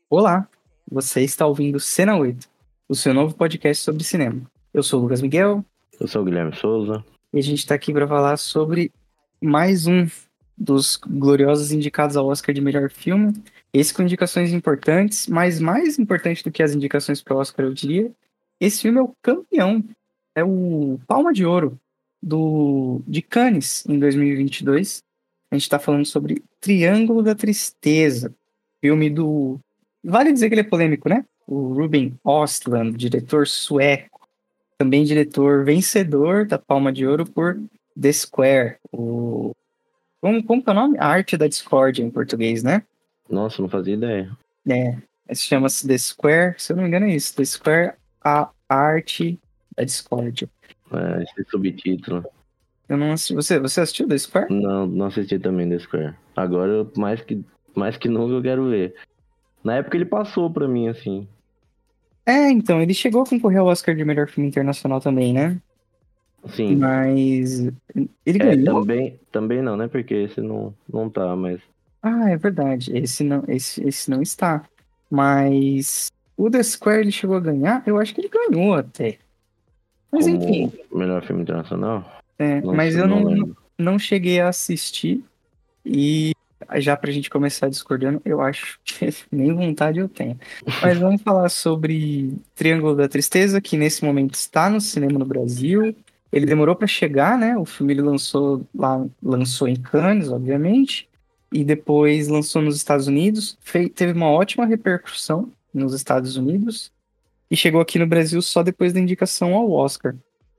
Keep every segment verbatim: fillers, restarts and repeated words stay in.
Olá, você está ouvindo Cena oito, o seu novo podcast sobre cinema. Eu sou o Lucas Miguel. Eu sou o Guilherme Souza. E a gente está aqui para falar sobre mais um dos gloriosos indicados ao Oscar de melhor filme. Esse com indicações importantes, mas mais importante do que as indicações para o Oscar, eu diria. Esse filme é o campeão, é o Palma de Ouro do, de Cannes em dois mil e vinte e dois. A gente está falando sobre Triângulo da Tristeza, filme do... Vale dizer que ele é polêmico, né? O Ruben Östlund, diretor sueco, também diretor vencedor da Palma de Ouro por The Square. O... Como, como que é o nome? A Arte da Discórdia em português, né? Nossa, não fazia ideia. É, chama-se The Square, se eu não me engano é isso. The Square, a Arte da Discórdia. É, esse subtítulo. Eu não assisti. Você, você assistiu The Square? Não, não assisti também The Square. Agora, eu, mais que, mais que nunca, eu quero ver. Na época ele passou pra mim, assim. É, então, ele chegou a concorrer ao Oscar de melhor filme internacional também, né? Sim. Mas ele É, ganhou? também, também não, né? Porque esse não, não tá, mas... Ah, é verdade. Esse não, esse, esse não está. Mas o The Square ele chegou a ganhar? Eu acho que ele ganhou até. Mas Como enfim. melhor filme internacional? É, Não mas sei, eu não não, lembro. não cheguei a assistir. E já pra gente começar discordando, eu acho que nem vontade eu tenho. Mas vamos falar sobre Triângulo da Tristeza, que nesse momento está no cinema no Brasil. Ele demorou para chegar, né? O filme ele lançou lá, lançou em Cannes, obviamente, e depois lançou nos Estados Unidos. Fe- teve uma ótima repercussão nos Estados Unidos e chegou aqui no Brasil só depois da indicação ao Oscar.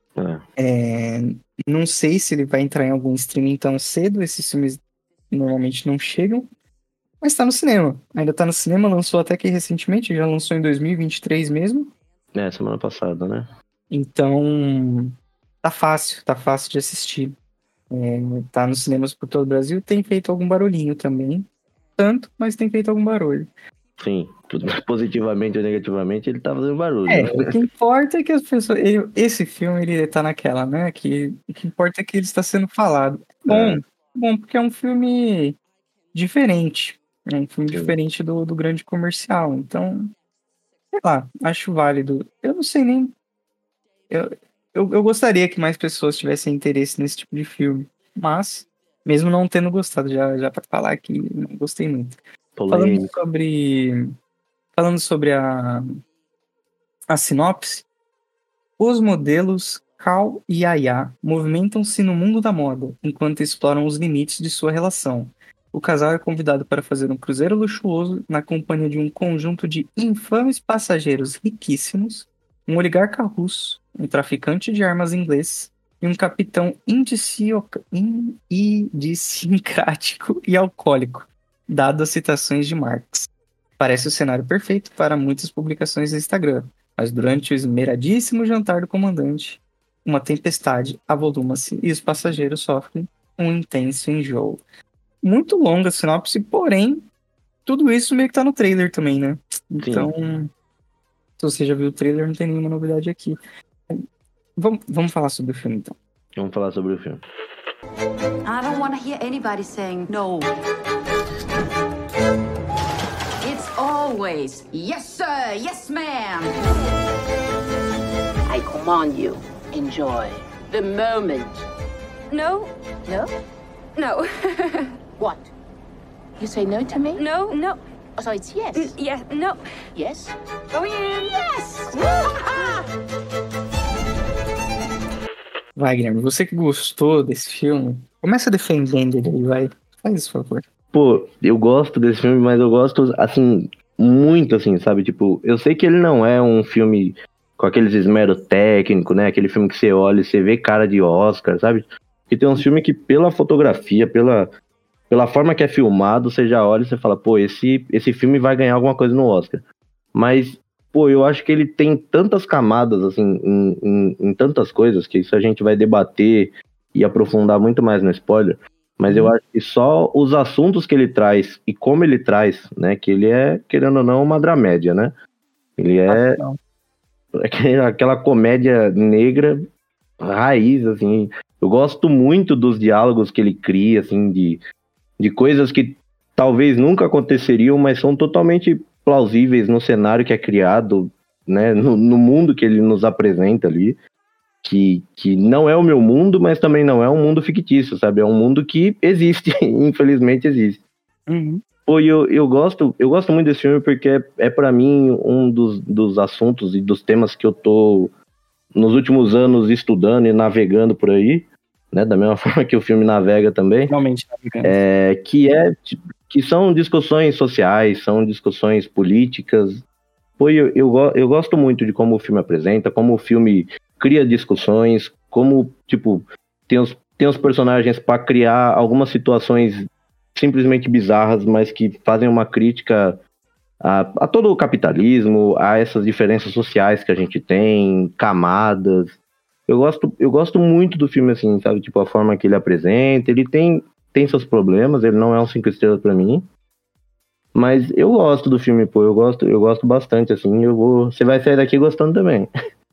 É. É, não sei se ele vai entrar em algum streaming tão cedo. Esses filmes normalmente não chegam, mas tá no cinema. Ainda tá no cinema, lançou até que recentemente, já lançou em dois mil e vinte e três mesmo. É, semana passada, né? Então, tá fácil, tá fácil de assistir. É, tá nos cinemas por todo o Brasil, tem feito algum barulhinho também. Tanto, mas tem feito algum barulho. Sim, tudo positivamente ou negativamente, ele tá fazendo barulho. É, o que importa é que as pessoas... ele- esse filme, ele tá naquela, né? Que, o que importa é que ele está sendo falado. Bom, É. bom, porque é um filme diferente. É um filme Sim. diferente do, do grande comercial. Então, sei lá, acho válido. Eu não sei nem. Eu, eu, eu gostaria que mais pessoas tivessem interesse nesse tipo de filme. Mas, mesmo não tendo gostado, já, já para falar que não gostei muito. Falando Polêmico. sobre. Falando sobre a, a sinopse, os modelos Cal e Yaya movimentam-se no mundo da moda enquanto exploram os limites de sua relação. O casal é convidado para fazer um cruzeiro luxuoso na companhia de um conjunto de infames passageiros riquíssimos, um oligarca russo, um traficante de armas inglês e um capitão indicio- in- idiosincrático e alcoólico, dado as citações de Marx. Parece o cenário perfeito para muitas publicações no Instagram, mas durante o esmeradíssimo jantar do comandante, uma tempestade avoluma-se e os passageiros sofrem um intenso enjoo. Muito longa a sinopse, porém, tudo isso meio que tá no trailer também, né? Então, se você já viu o trailer, não tem nenhuma novidade aqui. Vamos, vamos falar sobre o filme, então. Vamos falar sobre o filme. I don't want to hear anybody saying no. It's always yes, sir, yes, ma'am. I command you, enjoy the moment. No, No? no, What? You say no to me? no, no. Oh, so it's yes. N- Yeah, no. Yes? Going in. Yes! Vai, Guilherme, você que gostou desse filme, começa defendendo ele aí, vai. Faz isso, por favor. Pô, eu gosto desse filme, mas eu gosto, assim, muito, assim, sabe? Tipo, eu sei que ele não é um filme com aqueles esmero técnico, né? Aquele filme que você olha e você vê cara de Oscar, sabe? Porque tem uns filmes que pela fotografia, pela, pela forma que é filmado, você já olha e você fala, pô, esse, esse filme vai ganhar alguma coisa no Oscar. Mas, pô, eu acho que ele tem tantas camadas, assim, em, em, em tantas coisas, que isso a gente vai debater e aprofundar muito mais no spoiler. Mas eu acho que só os assuntos que ele traz e como ele traz, né? Que ele é, querendo ou não, uma dramédia, né? Ele é Não. aquela comédia negra raiz, assim. Eu gosto muito dos diálogos que ele cria, assim, de, de coisas que talvez nunca aconteceriam, mas são totalmente plausíveis no cenário que é criado, né, no, no mundo que ele nos apresenta ali, que, que não é o meu mundo, mas também não é um mundo fictício, sabe? É um mundo que existe, infelizmente existe. Uhum. Pô, eu, eu, gosto, eu gosto muito desse filme porque é, é para mim um dos, dos assuntos e dos temas que eu tô nos últimos anos estudando e navegando por aí, né? Da mesma forma que o filme navega também. Realmente, navegando. É, que, é, que são discussões sociais, são discussões políticas. Pô, eu, eu, eu gosto muito de como o filme apresenta, como o filme cria discussões, como, tipo, tem os, tem os personagens para criar algumas situações simplesmente bizarras, mas que fazem uma crítica a, a todo o capitalismo, a essas diferenças sociais que a gente tem, camadas. Eu gosto, eu gosto muito do filme, assim, sabe? Tipo, a forma que ele apresenta, ele tem, tem seus problemas, ele não é um cinco estrelas pra mim, mas eu gosto do filme, pô, eu gosto, eu gosto bastante, assim, eu vou... Você vai sair daqui gostando também.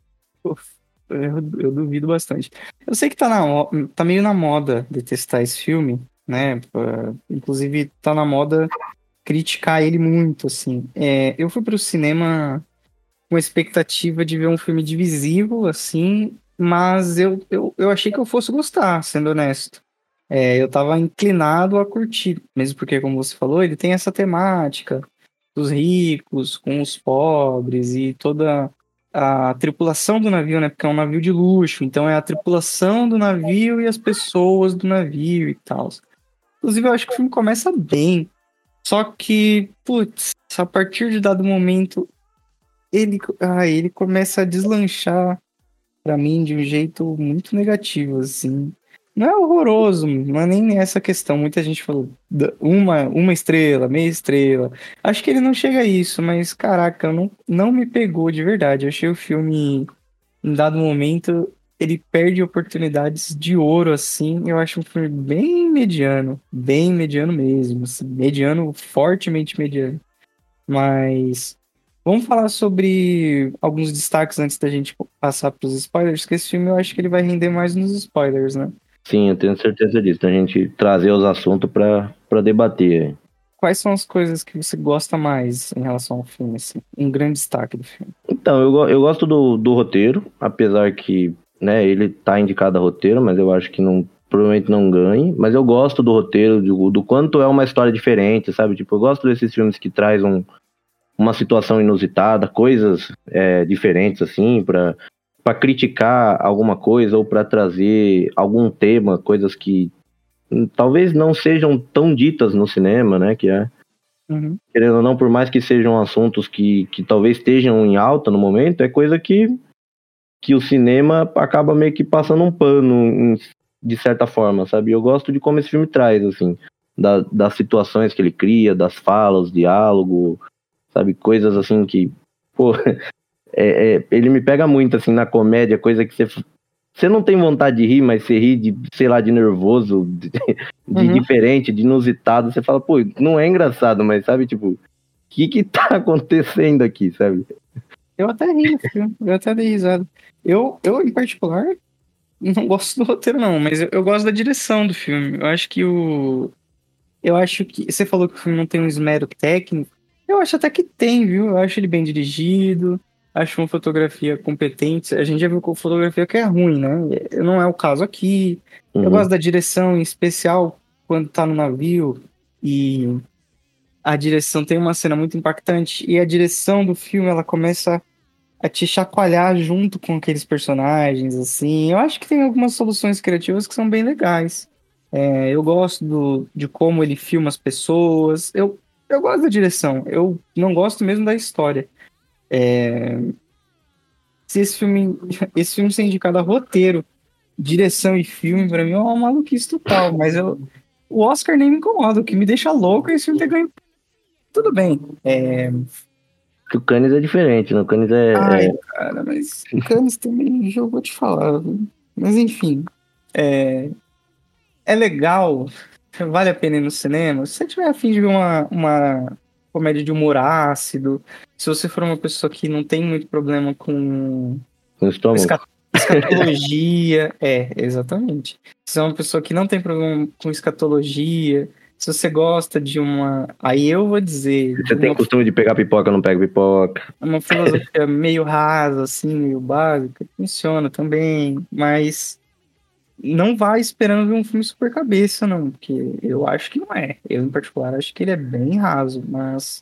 Eu, eu duvido bastante. Eu sei que tá, na, tá meio na moda detestar esse filme, né? Uh, inclusive, tá na moda criticar ele muito, assim. É, eu fui pro cinema com a expectativa de ver um filme divisivo, assim, mas eu, eu, eu achei que eu fosse gostar, sendo honesto. É, eu tava inclinado a curtir, mesmo porque, como você falou, ele tem essa temática dos ricos com os pobres e toda a tripulação do navio, né? Porque é um navio de luxo, então é a tripulação do navio e as pessoas do navio e tal. Inclusive, eu acho que o filme começa bem, só que, putz, a partir de dado momento, ele, ah, ele começa a deslanchar pra mim de um jeito muito negativo, assim. Não é horroroso, não é nem essa questão. Muita gente falou uma, uma estrela, meia estrela. Acho que ele não chega a isso, mas caraca, não, não me pegou de verdade. Eu achei o filme, em dado momento, ele perde oportunidades de ouro, assim. Eu acho um filme bem mediano, bem mediano mesmo, assim, mediano, fortemente mediano. Mas vamos falar sobre alguns destaques antes da gente passar para os spoilers, que esse filme eu acho que ele vai render mais nos spoilers, né? Sim, eu tenho certeza disso, da gente trazer os assuntos pra, pra debater. Quais são as coisas que você gosta mais em relação ao filme, assim? Um grande destaque do filme. Então, eu, go- eu gosto do, do roteiro, apesar que, né, ele tá indicado a roteiro, mas eu acho que não, provavelmente não ganhe. Mas eu gosto do roteiro, do, do quanto é uma história diferente, sabe? Tipo, eu gosto desses filmes que traz um, uma situação inusitada, coisas é, diferentes, assim, pra, pra criticar alguma coisa ou pra trazer algum tema, coisas que hum, talvez não sejam tão ditas no cinema, né? Que é, Uhum. querendo ou não, por mais que sejam assuntos que, que talvez estejam em alta no momento, é coisa que, que o cinema acaba meio que passando um pano, em- de certa forma, sabe? Eu gosto de como esse filme traz, assim, da- das situações que ele cria, das falas, diálogo, sabe? Coisas assim que, pô, é, é, ele me pega muito, assim, na comédia, coisa que você, você não tem vontade de rir, mas você ri de, sei lá, de nervoso, de, de Uhum. diferente, de inusitado, você fala, pô, não é engraçado, mas sabe, tipo, o que que tá acontecendo aqui, sabe? Eu até ri no filme, eu até dei risada. Eu, eu, em particular, não gosto do roteiro, não, mas eu, eu gosto da direção do filme. Eu acho que o. Eu acho que. Você falou que o filme não tem um esmero técnico. Eu acho até que tem, viu? Eu acho ele bem dirigido. Acho uma fotografia competente. A gente já viu com fotografia que é ruim, né? Não é o caso aqui. Eu Uhum. gosto da direção, em especial quando tá no navio e a direção tem uma cena muito impactante e a direção do filme ela começa a te chacoalhar junto com aqueles personagens, assim. Eu acho que tem algumas soluções criativas que são bem legais. É, eu gosto do, de como ele filma as pessoas. Eu, eu gosto da direção. Eu não gosto mesmo da história. É, se esse filme, esse filme ser indicado a roteiro, direção e filme, pra mim é uma maluquice total. Mas eu, o Oscar nem me incomoda. O que me deixa louco é esse filme ter ganho. Tudo bem. É, Que o Cannes é diferente, né? O Cannes é, ai, é- cara, mas Cannes também, eu vou te falar. Viu? Mas enfim, é, é legal, vale a pena ir no cinema. Se você tiver a fim de ver uma, uma comédia de humor ácido, se você for uma pessoa que não tem muito problema com com o estômago. esca- escatologia, é, exatamente. Se você é uma pessoa que não tem problema com escatologia se você gosta de uma... Aí eu vou dizer... Você tem uma, costume de pegar pipoca, não pega pipoca. uma filosofia meio rasa, assim, meio básica, funciona também, mas não vá esperando ver um filme super cabeça, não, porque eu acho que não é. Eu, em particular, acho que ele é bem raso, mas...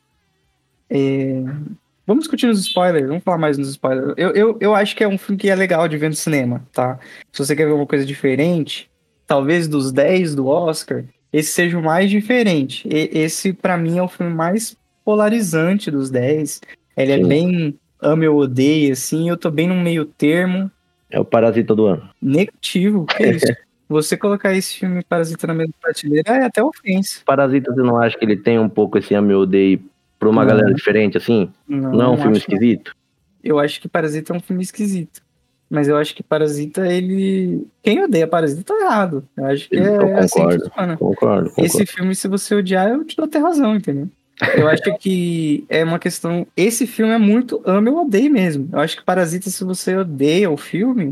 É... Vamos discutir nos spoilers, vamos falar mais nos spoilers. Eu, eu, eu acho que é um filme que é legal de ver no cinema, tá? Se você quer ver uma coisa diferente, talvez dos dez do Oscar, esse seja o mais diferente. E, esse, pra mim, é o filme mais polarizante dos dez. Ele Sim. é bem ame ou odeia, assim, eu tô bem no meio termo. É o Parasita do ano. Negativo, que é isso? Você colocar esse filme Parasita na mesma prateleira é até ofensa. Parasita, você não acha que ele tem um pouco esse ame ou odeio pra uma Não. galera diferente, assim? Não, Não é um não filme acho, não. esquisito? Eu acho que Parasita é um filme esquisito. Mas eu acho que Parasita, ele... Quem odeia Parasita tá errado. Eu acho que Eu é assim que concordo, funciona. concordo, concordo. Esse filme, se você odiar, eu te dou até razão, entendeu? Eu acho que é uma questão... Esse filme é muito ame ou odeio mesmo. Eu acho que Parasita, se você odeia o filme,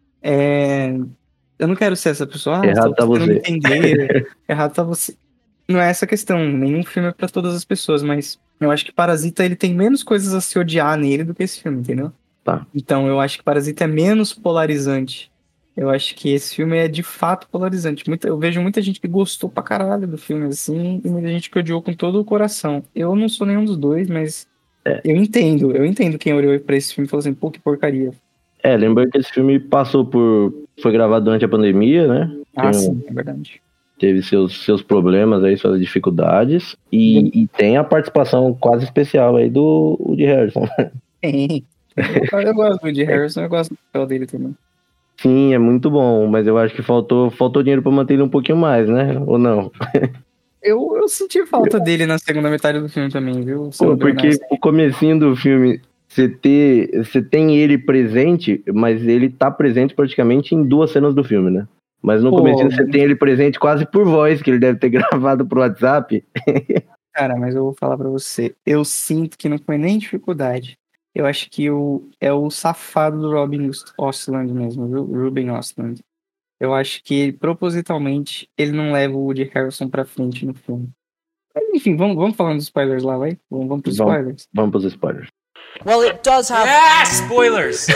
é... Eu não quero ser essa pessoa. Ah, Errado tá você não me você. entender. Errado tá você. Não é essa questão. Nenhum filme é pra todas as pessoas, mas eu acho que Parasita, ele tem menos coisas a se odiar nele do que esse filme, entendeu? Tá. Então eu acho que Parasita é menos polarizante. Eu acho que esse filme é de fato polarizante. Muita, eu vejo muita gente que gostou pra caralho do filme, assim, e muita gente que odiou com todo o coração. Eu não sou nenhum dos dois, mas É. eu entendo. Eu entendo quem olhou pra esse filme e falou assim, pô, que porcaria. É, lembrando que esse filme passou por... Foi gravado durante a pandemia, né? Ah, Tem um- sim, é verdade. Teve seus, seus problemas aí, suas dificuldades. E, e tem a participação quase especial aí do Woody Harrelson. Tem. Eu, eu gosto do Woody Harrelson, eu gosto do papel dele também. Sim, é muito bom, mas eu acho que faltou, faltou dinheiro pra manter ele um pouquinho mais, né? Ou não? Eu, eu senti falta dele na segunda metade do filme também, viu? Pô, Sendo bem porque honesto. o comecinho do filme, você ter, você tem ele presente, mas ele tá presente praticamente em duas cenas do filme, né? Mas no Pô, comecinho você mas- tem ele presente quase por voz, que ele deve ter gravado pro WhatsApp. Cara, mas eu vou falar pra você. Eu sinto que não foi nem dificuldade. Eu acho que o, é o safado do Robin Ostland mesmo, viu? Ruben Ostland. Eu acho que propositalmente ele não leva o Woody Harrelson pra frente no filme. Mas, enfim, vamos, vamos falando dos spoilers lá, vai? Vamos, vamos pros Vamos. spoilers. Vamos pros spoilers. Well, it does have. Ah, spoilers!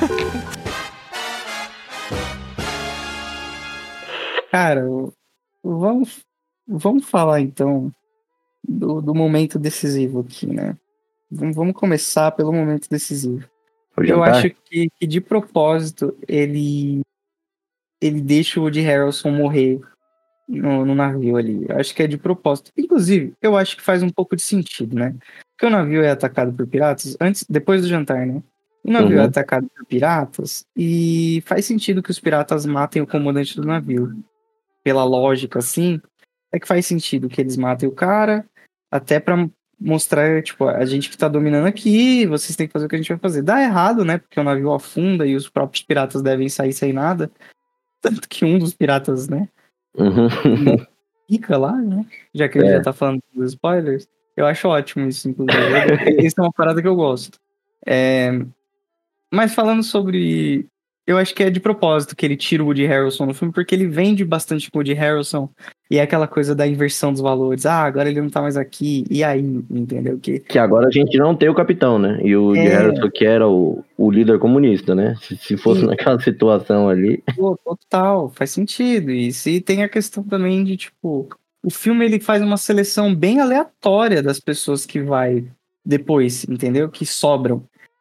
Cara, vamos, vamos falar então do, do momento decisivo aqui, né? Vamos, vamos começar pelo momento decisivo. O Eu jantar? acho que, que de propósito ele ele deixa o Woody Harrelson morrer no, no navio ali. Eu acho que é de propósito. Inclusive, eu acho que faz um pouco de sentido, né? Porque o navio é atacado por piratas antes, depois do jantar, né? O navio Uhum. é atacado por piratas e faz sentido que os piratas matem o comandante do navio. Pela lógica, assim, é que faz sentido que eles matem o cara, até pra mostrar, tipo, a gente que tá dominando aqui, vocês têm que fazer o que a gente vai fazer. Dá errado, né? Porque o navio afunda e os próprios piratas devem sair sem nada. Tanto que um dos piratas, né, Uhum. fica lá, né? Já que ele É. já tá falando dos spoilers. Eu acho ótimo isso, inclusive. Isso é uma parada que eu gosto. É, Mas falando sobre... Eu acho que é de propósito que ele tira o Woody Harrelson no filme, porque ele vende bastante com o Woody Harrelson. E é aquela coisa da inversão dos valores. Ah, agora ele não tá mais aqui. E aí, entendeu? Que Que agora a gente não tem o capitão, né? E o Woody É. Harrelson que era o, o líder comunista, né? Se, se fosse Sim. naquela situação ali... Pô, total, faz sentido. E se tem a questão também de, tipo, o filme ele faz uma seleção bem aleatória das pessoas que vai depois, entendeu? Que sobram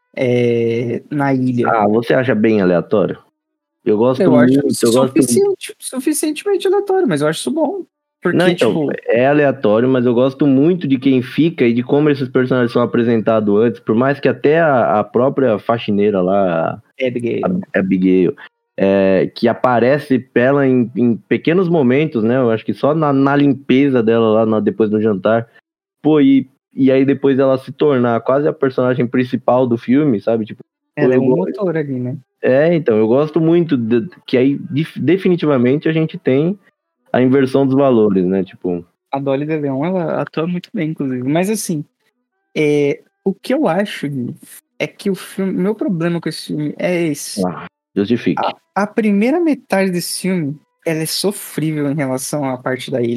é, na ilha. Ah, você acha bem aleatório? Eu gosto eu acho muito, eu gosto suficiente, suficientemente aleatório, mas eu acho isso bom. Porque, Não, então, tipo, é aleatório, mas eu gosto muito de quem fica e de como esses personagens são apresentados antes, por mais que até a, a própria faxineira lá, é gay. a Abigail, é, que aparece ela em, em pequenos momentos, né? Eu acho que só na, na limpeza dela lá na- depois do jantar. Pô, e, e aí depois ela se tornar quase a personagem principal do filme, sabe? Tipo, Ela é eu um gosto- motor ali, né? é, então, eu gosto muito de- que aí def- definitivamente a gente tem a inversão dos valores, né? Tipo, A Dolly DeLeon, ela atua muito bem, inclusive. Mas, assim, é, o que eu acho, Gui, é que o filme... Meu problema com esse filme é esse. ah, justifique. A primeira metade desse filme, ela é sofrível em relação à parte da ilha.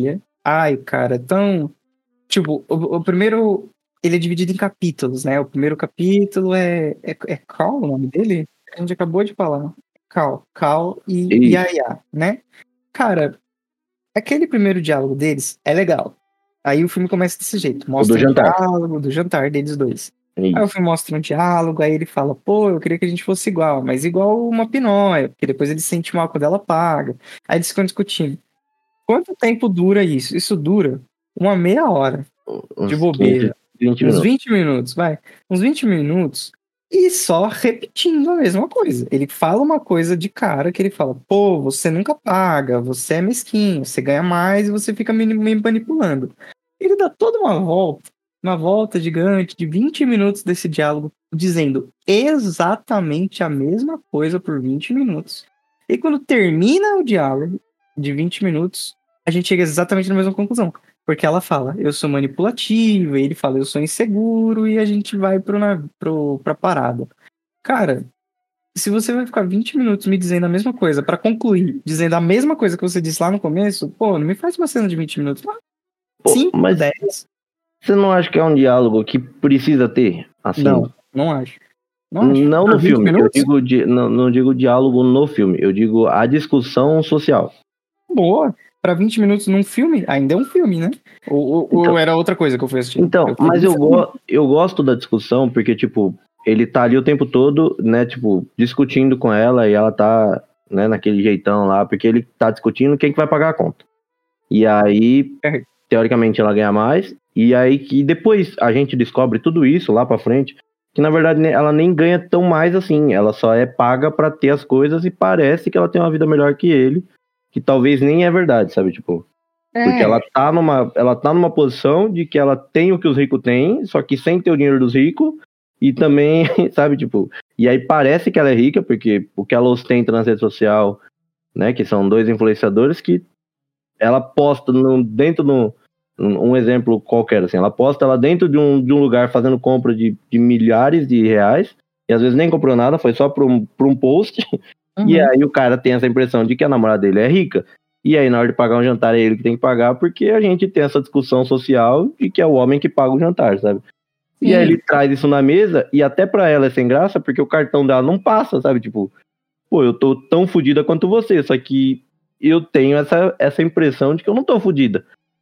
Ai, cara, tão... Tipo, o, o primeiro... Ele é dividido em capítulos, né? O primeiro capítulo é... É, é Cal o nome dele? A gente acabou de falar. Cal. Cal e Isso. Yaya, né? Cara, aquele primeiro diálogo deles é legal. Aí o filme começa desse jeito. Mostra do o jantar. diálogo do jantar deles dois. Aí o Isso. filme mostra um diálogo, aí ele fala, pô, eu queria que a gente fosse igual, mas igual uma pinóia, porque depois ele se sente mal quando ela paga. Aí eles ficam discutindo. Quanto tempo dura isso? Isso dura uma meia hora Uns de bobeira. quinze, vinte Uns minutos. vinte minutos, vai. Uns vinte minutos e só repetindo a mesma coisa. Ele fala uma coisa de cara que ele fala, pô, você nunca paga, você é mesquinho, você ganha mais e você fica me, me manipulando. Ele dá toda uma volta, uma volta gigante de vinte minutos desse diálogo, dizendo exatamente a mesma coisa por vinte minutos. E quando termina o diálogo de vinte minutos, a gente chega exatamente na mesma conclusão. Porque ela fala, eu sou manipulativa, e ele fala, eu sou inseguro, e a gente vai pro, na- pro, pra parada. Cara, se você vai ficar vinte minutos me dizendo a mesma coisa, pra concluir, dizendo a mesma coisa que você disse lá no começo, pô, não me faz uma cena de vinte minutos. Pô, cinco, mas dez. você não acha que é um diálogo que precisa ter? Assim, Não, não acho. Não acho. não Pra no vinte filme. Eu minutos? digo di- não, não digo diálogo no filme. Eu digo a discussão social. Boa. Pra vinte minutos num filme, ainda é um filme, né? Ou, ou- ou Então- era outra coisa que eu fui assistir? Então, Eu fui mas no eu, filme. go eu gosto da discussão porque, tipo, ele tá ali o tempo todo, né, tipo, discutindo com ela e ela tá, né, naquele jeitão lá, porque ele tá discutindo quem que vai pagar a conta. E aí, É. teoricamente, ela ganha mais, e aí que depois a gente descobre tudo isso lá pra frente, que na verdade ne- ela nem ganha tão mais assim, ela só é paga pra ter as coisas e parece que ela tem uma vida melhor que ele, que talvez nem é verdade, sabe, tipo... Porque É. ela tá, numa, ela tá numa posição de que ela tem o que os ricos têm, só que sem ter o dinheiro dos ricos, e também, sabe, tipo... E aí parece que ela é rica, porque o que ela ostenta na rede social, né, que são dois influenciadores, que ela posta no, dentro de um, um exemplo qualquer, assim, ela posta ela dentro de um, de um lugar fazendo compra de, de milhares de reais, e às vezes nem comprou nada, foi só pra um, pra um post, Uhum. e aí o cara tem essa impressão de que a namorada dele é rica. E aí, na hora de pagar um jantar, é ele que tem que pagar, porque a gente tem essa discussão social de que é o homem que paga o jantar, sabe? E aí Sim. ele traz isso na mesa, e até pra ela é sem graça, porque o cartão dela não passa, sabe? Tipo, pô, eu tô tão fodida quanto você, só que eu tenho essa, essa impressão de que eu não tô fodida.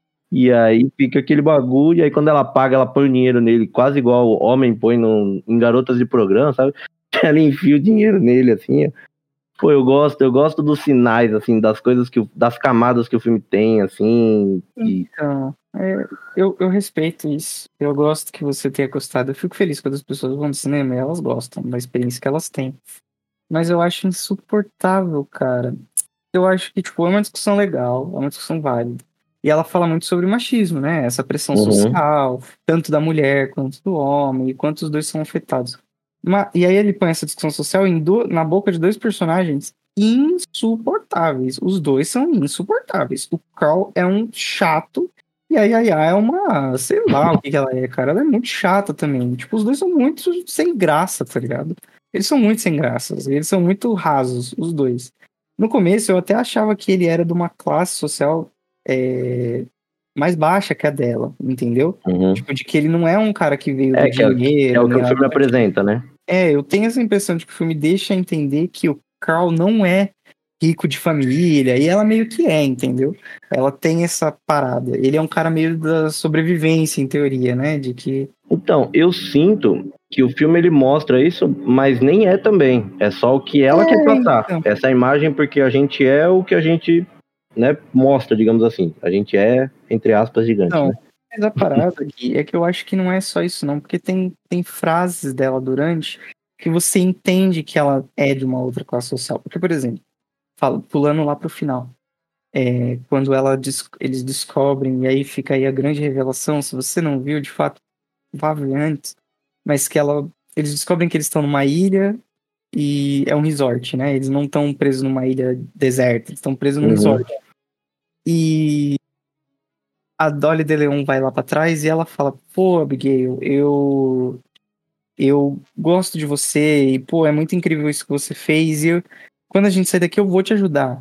E aí fica aquele bagulho, e aí quando ela paga, ela põe o dinheiro nele, quase igual o homem põe no, em garotas de programa, sabe? Ela enfia o dinheiro nele, assim, ó. Pô, eu gosto, eu gosto dos sinais, assim, das coisas que, o- das camadas que o filme tem, assim, e... Então, é, eu, eu respeito isso. Eu gosto que você tenha gostado. Eu fico feliz quando as pessoas vão no cinema e elas gostam da experiência que elas têm. Mas eu acho insuportável, cara. Eu acho que, tipo, é uma discussão legal, é uma discussão válida. E ela fala muito sobre machismo, né? Essa pressão Uhum. social, tanto da mulher quanto do homem, e quanto os dois são afetados. Ma- e aí ele põe essa discussão social em du- na boca de dois personagens insuportáveis. Os dois são insuportáveis. O Carl é um chato e a Yaya é uma, sei lá o que que ela é, cara. Ela é muito chata também. Tipo, os dois são muito sem graça, tá ligado? Eles são muito sem graças. Eles são muito rasos, os dois. No começo eu até achava que ele era de uma classe social é, mais baixa que a dela, entendeu? Uhum. Tipo, de que ele não é um cara que veio É, do que é, dinheiro, é o que nem o nada filme do tipo. apresenta, né? É, eu tenho essa impressão de que o filme deixa entender que o Carl não é rico de família, e ela meio que é, entendeu? Ela tem essa parada. Ele é um cara meio da sobrevivência, em teoria, né? De que. Então, eu sinto que o filme ele mostra isso, mas nem é também. É só o que ela É, quer passar. então. Essa imagem, porque a gente é o que a gente, né, mostra, digamos assim. A gente é, entre aspas, gigante, Não, né? mas a parada aqui é que eu acho que não é só isso, não, porque tem, tem frases dela durante que você entende que ela é de uma outra classe social. Porque, por exemplo, falo, pulando lá pro final. É, quando ela des- eles descobrem, e aí fica aí a grande revelação, se você não viu, de fato, vá ver antes, mas que ela, eles descobrem que eles estão numa ilha e é um resort, né? Eles não estão presos numa ilha deserta, eles estão presos num Uhum. resort. E a Dolly de Leon vai lá pra trás e ela fala, pô, Abigail, eu eu gosto de você e, pô, é muito incrível isso que você fez e eu- quando a gente sair daqui eu vou te ajudar.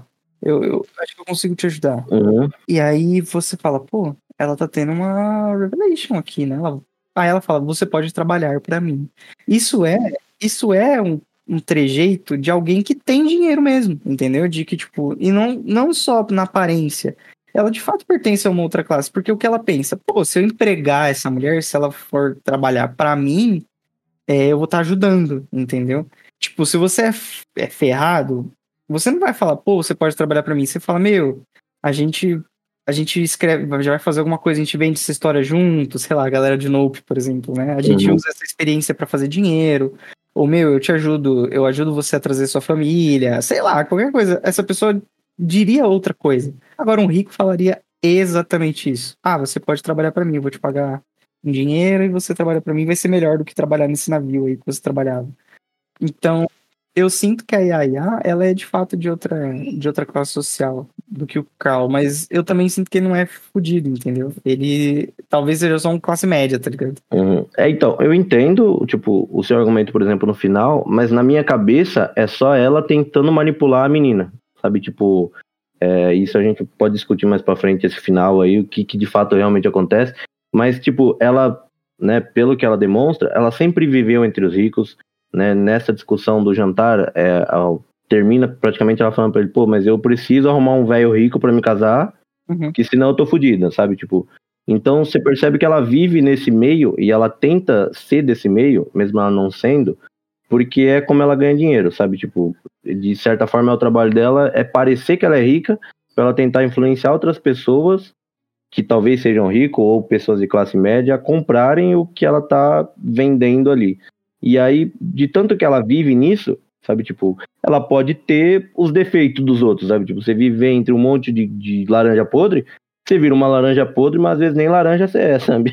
Eu, eu acho que eu consigo te ajudar. Uhum. E aí você fala, pô, ela tá tendo uma revelation aqui, né? Ela, aí ela fala, você pode trabalhar pra mim. Isso é, isso é um, um trejeito de alguém que tem dinheiro mesmo, entendeu? De que, tipo, e não, não só na aparência. Ela de fato pertence a uma outra classe, porque o que ela pensa, pô, se eu empregar essa mulher, se ela for trabalhar pra mim, é, eu vou estar ajudando, entendeu? Tipo, se você é, f- é ferrado, você não vai falar, pô, você pode trabalhar pra mim. Você fala, meu, a gente, a gente escreve, já vai fazer alguma coisa, a gente vende essa história junto, sei lá, a galera de Nope, por exemplo, né? A gente Uhum. usa essa experiência pra fazer dinheiro. Ou, meu, eu te ajudo, eu ajudo você a trazer sua família, sei lá, qualquer coisa. Essa pessoa diria outra coisa. Agora, um rico falaria exatamente isso. Ah, você pode trabalhar pra mim, eu vou te pagar um dinheiro e você trabalha pra mim, vai ser melhor do que trabalhar nesse navio aí que você trabalhava. Então, eu sinto que a Yaya, ela é de fato de outra, de outra classe social do que o Carl, mas eu também sinto que ele não é fudido, entendeu? Ele talvez seja só um classe média, tá ligado? Uhum. É, então, eu entendo, tipo, o seu argumento, por exemplo, no final, mas na minha cabeça é só ela tentando manipular a menina, sabe? Tipo, é, isso a gente pode discutir mais pra frente, esse final aí, o que, que de fato realmente acontece, mas, tipo, ela, né, pelo que ela demonstra, ela sempre viveu entre os ricos, né? Nessa discussão do jantar, é, ao- termina praticamente ela falando pra ele, pô, mas eu preciso arrumar um velho rico pra me casar, Uhum. que senão eu tô fodida, sabe? Tipo, então você percebe que ela vive nesse meio e ela tenta ser desse meio, mesmo ela não sendo, porque é como ela ganha dinheiro, sabe? Tipo, de certa forma é o trabalho dela, é parecer que ela é rica, pra ela tentar influenciar outras pessoas que talvez sejam ricos ou pessoas de classe média a comprarem o que ela tá vendendo ali. E aí, de tanto que ela vive nisso, sabe? Tipo, ela pode ter os defeitos dos outros, sabe? Tipo, você vive entre um monte de, de laranja podre, você vira uma laranja podre, mas às vezes nem laranja você é, sabe?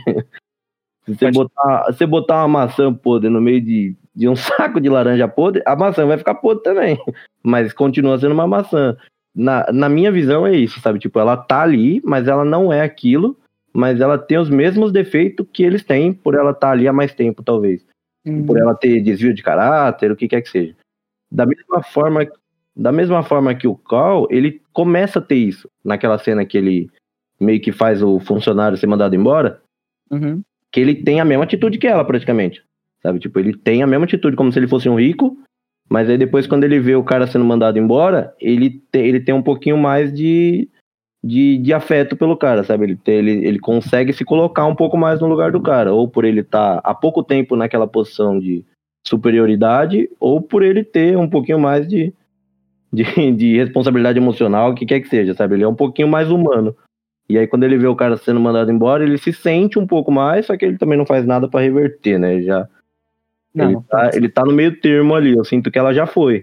Se você Pode- botar, você botar uma maçã podre no meio de, de um saco de laranja podre, a maçã vai ficar podre também. Mas continua sendo uma maçã. Na, na minha visão é isso, sabe? Tipo, ela tá ali, mas ela não é aquilo, mas ela tem os mesmos defeitos que eles têm por ela estar ali há mais tempo, talvez. Uhum. Por ela ter desvio de caráter, o que quer que seja. Da mesma forma, da mesma forma que o Carl, ele começa a ter isso. Naquela cena que ele meio que faz o funcionário ser mandado embora, Uhum. que ele tem a mesma atitude que ela, praticamente. Sabe? Tipo, ele tem a mesma atitude, como se ele fosse um rico, mas aí depois, quando ele vê o cara sendo mandado embora, ele, te, ele tem um pouquinho mais de, de, de afeto pelo cara, sabe? Ele, tem, ele, ele consegue se colocar um pouco mais no lugar do cara, ou por ele estar há pouco tempo naquela posição de superioridade, ou por ele ter um pouquinho mais de, de, de responsabilidade emocional, o que quer que seja, sabe? Ele é um pouquinho mais humano. E aí, quando ele vê o cara sendo mandado embora, ele se sente um pouco mais, só que ele também não faz nada pra reverter, né? Já, ele, Não, tá, ele tá no meio termo ali, eu sinto que ela já foi.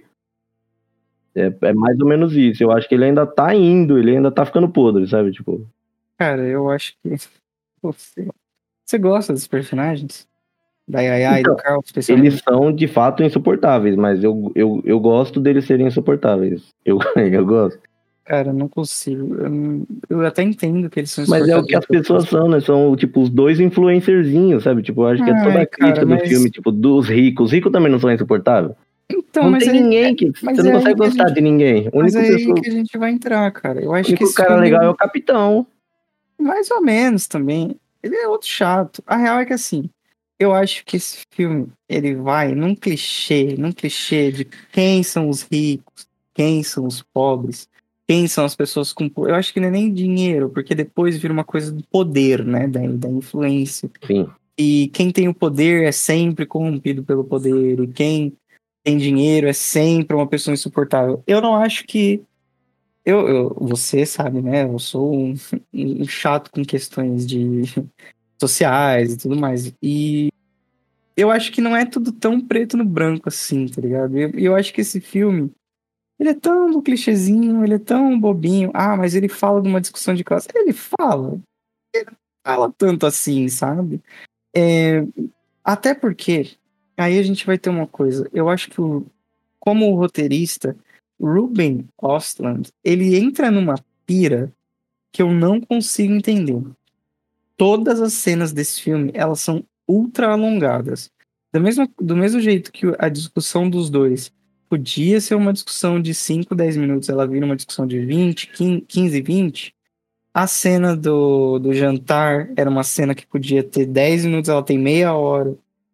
É, é mais ou menos isso. Eu acho que ele ainda tá indo, ele ainda tá ficando podre, sabe? Tipo, cara, eu acho que você, você gosta dos personagens? Da Yaya e do então, Carl, eles especialmente? são de fato insuportáveis, mas eu, eu, eu gosto deles serem insuportáveis. Eu, eu gosto. Cara, eu não consigo. Eu, não- eu até entendo que eles são Mas é o que insuportáveis. as pessoas são, né? São, tipo, os dois influencerzinhos, sabe? Tipo, eu acho que é toda Ai, a cara, crítica do mas. filme, tipo, dos ricos. Os ricos também não são insuportáveis. Então, Não mas tem aí. ninguém que. Mas Você não é aí consegue que a gostar gente. de ninguém. O Mas único é aí pessoa, que a gente vai entrar, cara. Eu o acho que único esse cara filme, legal é ele- o capitão. mais ou menos também. Ele é outro chato. A real é que assim, eu acho que esse filme, ele vai num clichê, num clichê de quem são os ricos, quem são os pobres, quem são as pessoas com. po- Eu acho que não é nem dinheiro, porque depois vira uma coisa do poder, né? Da, da influência. Sim. E quem tem o poder é sempre corrompido pelo poder, e quem tem dinheiro é sempre uma pessoa insuportável. Eu não acho que. Eu, eu, você sabe, né? Eu sou um, um chato com questões de sociais e tudo mais. E eu acho que não é tudo tão preto no branco assim, tá ligado? E eu, eu acho que esse filme, ele é tão clichêzinho, ele é tão bobinho. Ah, mas ele fala de uma discussão de classe. Ele fala, fala tanto assim, sabe? É, até porque, aí a gente vai ter uma coisa. Eu acho que, o, como o roteirista, Ruben Östlund, ele entra numa pira que eu não consigo entender. Todas as cenas desse filme, elas são ultra alongadas. Do mesmo, do mesmo jeito que a discussão dos dois podia ser uma discussão de cinco, dez minutos, ela vira uma discussão de vinte, quinze, vinte. A cena do, do jantar era uma cena que podia ter dez minutos, ela tem meia hora.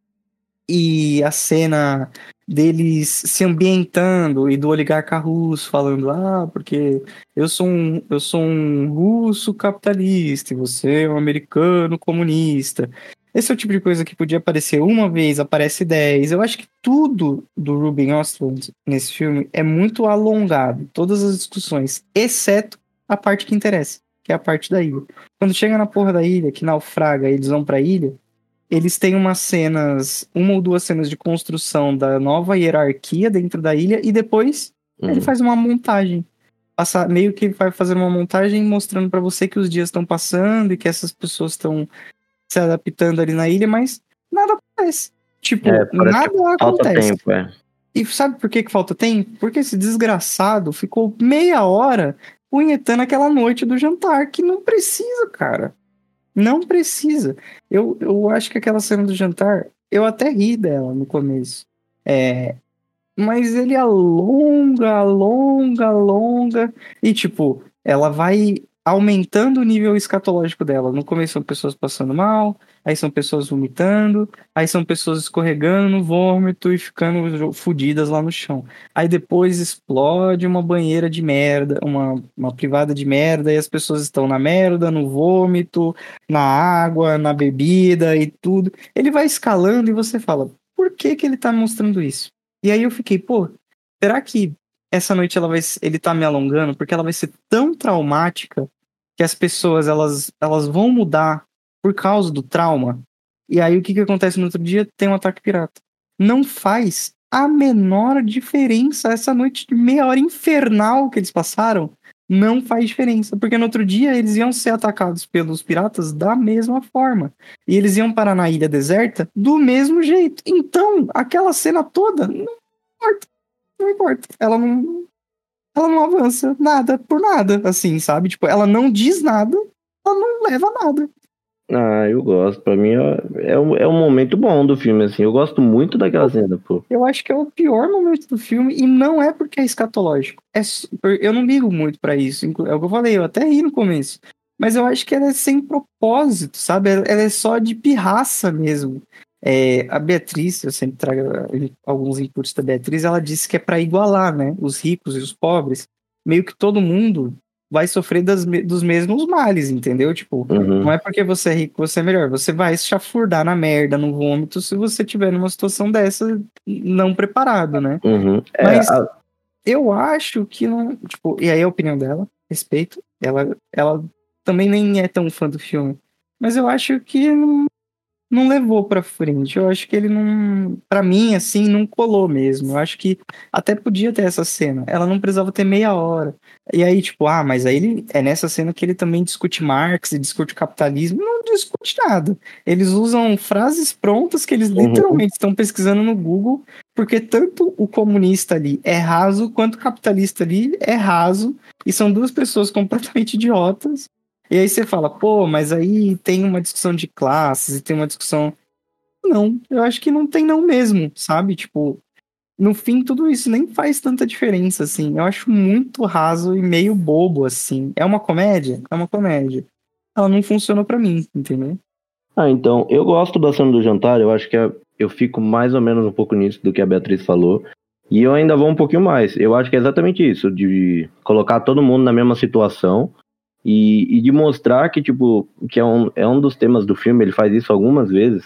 E a cena deles se ambientando e do oligarca russo falando, ah, porque eu sou um, eu sou um russo capitalista e você é um americano comunista. Esse é o tipo de coisa que podia aparecer uma vez, aparece dez. Eu acho que tudo do Ruben Östlund nesse filme é muito alongado, todas as discussões, exceto a parte que interessa, que é a parte da ilha. Quando chega na porra da ilha, que naufraga, eles vão pra ilha, eles têm umas cenas, uma ou duas cenas de construção da nova hierarquia dentro da ilha, e depois uhum. ele faz uma montagem. Passa, meio que vai fazer uma montagem mostrando pra você que os dias estão passando e que essas pessoas estão se adaptando ali na ilha, mas nada acontece. Tipo, é, nada falta acontece. Tempo, é. E sabe por que, que falta tempo? Porque esse desgraçado ficou meia hora punhetando aquela noite do jantar, que não precisa, cara. Não precisa. Eu, eu acho que aquela cena do jantar, eu até ri dela no começo. É, mas ele alonga, alonga, alonga. E, tipo, ela vai aumentando o nível escatológico dela. No começo são pessoas passando mal, aí são pessoas vomitando, aí são pessoas escorregando no vômito e ficando fodidas lá no chão. Aí depois explode uma banheira de merda, uma, uma privada de merda, e as pessoas estão na merda, no vômito, na água, na bebida e tudo. Ele vai escalando e você fala, por que que ele tá mostrando isso? E aí eu fiquei, pô, será que essa noite ela vai, ele tá me alongando porque ela vai ser tão traumática que as pessoas elas, elas vão mudar por causa do trauma? E aí o que que acontece no outro dia? Tem um ataque pirata. Não faz a menor diferença. Essa noite de meia hora infernal que eles passaram não faz diferença, porque no outro dia eles iam ser atacados pelos piratas da mesma forma. E eles iam parar na ilha deserta do mesmo jeito. Então, aquela cena toda não importa. Não importa. Ela não, ela não avança nada por nada, assim, sabe? Tipo, ela não diz nada, ela não leva a nada. Ah, eu gosto. Pra mim é, é, um, é um momento bom do filme, assim. Eu gosto muito daquela cena, pô. Eu acho que é o pior momento do filme, e não é porque é escatológico. É, eu não ligo muito pra isso. É o que eu falei, eu até ri no começo. Mas eu acho que ela é sem propósito, sabe? Ela é só de pirraça mesmo. É, a Beatriz, eu sempre trago alguns inputs da Beatriz, ela disse que é pra igualar, né? Os ricos e os pobres. Meio que todo mundo vai sofrer das, dos mesmos males, entendeu? Tipo, uhum. Não é porque você é rico que você é melhor. Você vai se chafurdar na merda, no vômito, se você tiver numa situação dessa não preparado, né? Uhum. É, Mas a... eu acho que não... Tipo, e aí a opinião dela, respeito. Ela, ela também nem é tão fã do filme. Mas eu acho que não, não levou pra frente. Eu acho que ele não... Pra mim, assim, não colou mesmo. Eu acho que até podia ter essa cena. Ela não precisava ter meia hora. E aí, tipo, ah, mas aí ele, é nessa cena que ele também discute Marx e discute capitalismo. Não discute nada. Eles usam frases prontas que eles uhum. literalmente estão pesquisando no Google, porque tanto o comunista ali é raso, quanto o capitalista ali é raso, e são duas pessoas completamente idiotas. E aí você fala, pô, mas aí tem uma discussão de classes e tem uma discussão... Não, eu acho que não tem não mesmo, sabe? Tipo, no fim tudo isso nem faz tanta diferença, assim. Eu acho muito raso e meio bobo, assim. É uma comédia? É uma comédia. Ela não funciona pra mim, entendeu? Ah, então, eu gosto da cena do jantar, eu acho que é, eu fico mais ou menos um pouco nisso do que a Beatriz falou. E eu ainda vou um pouquinho mais. Eu acho que é exatamente isso, de colocar todo mundo na mesma situação. E, e de mostrar que, tipo, que é um, é um dos temas do filme, ele faz isso algumas vezes,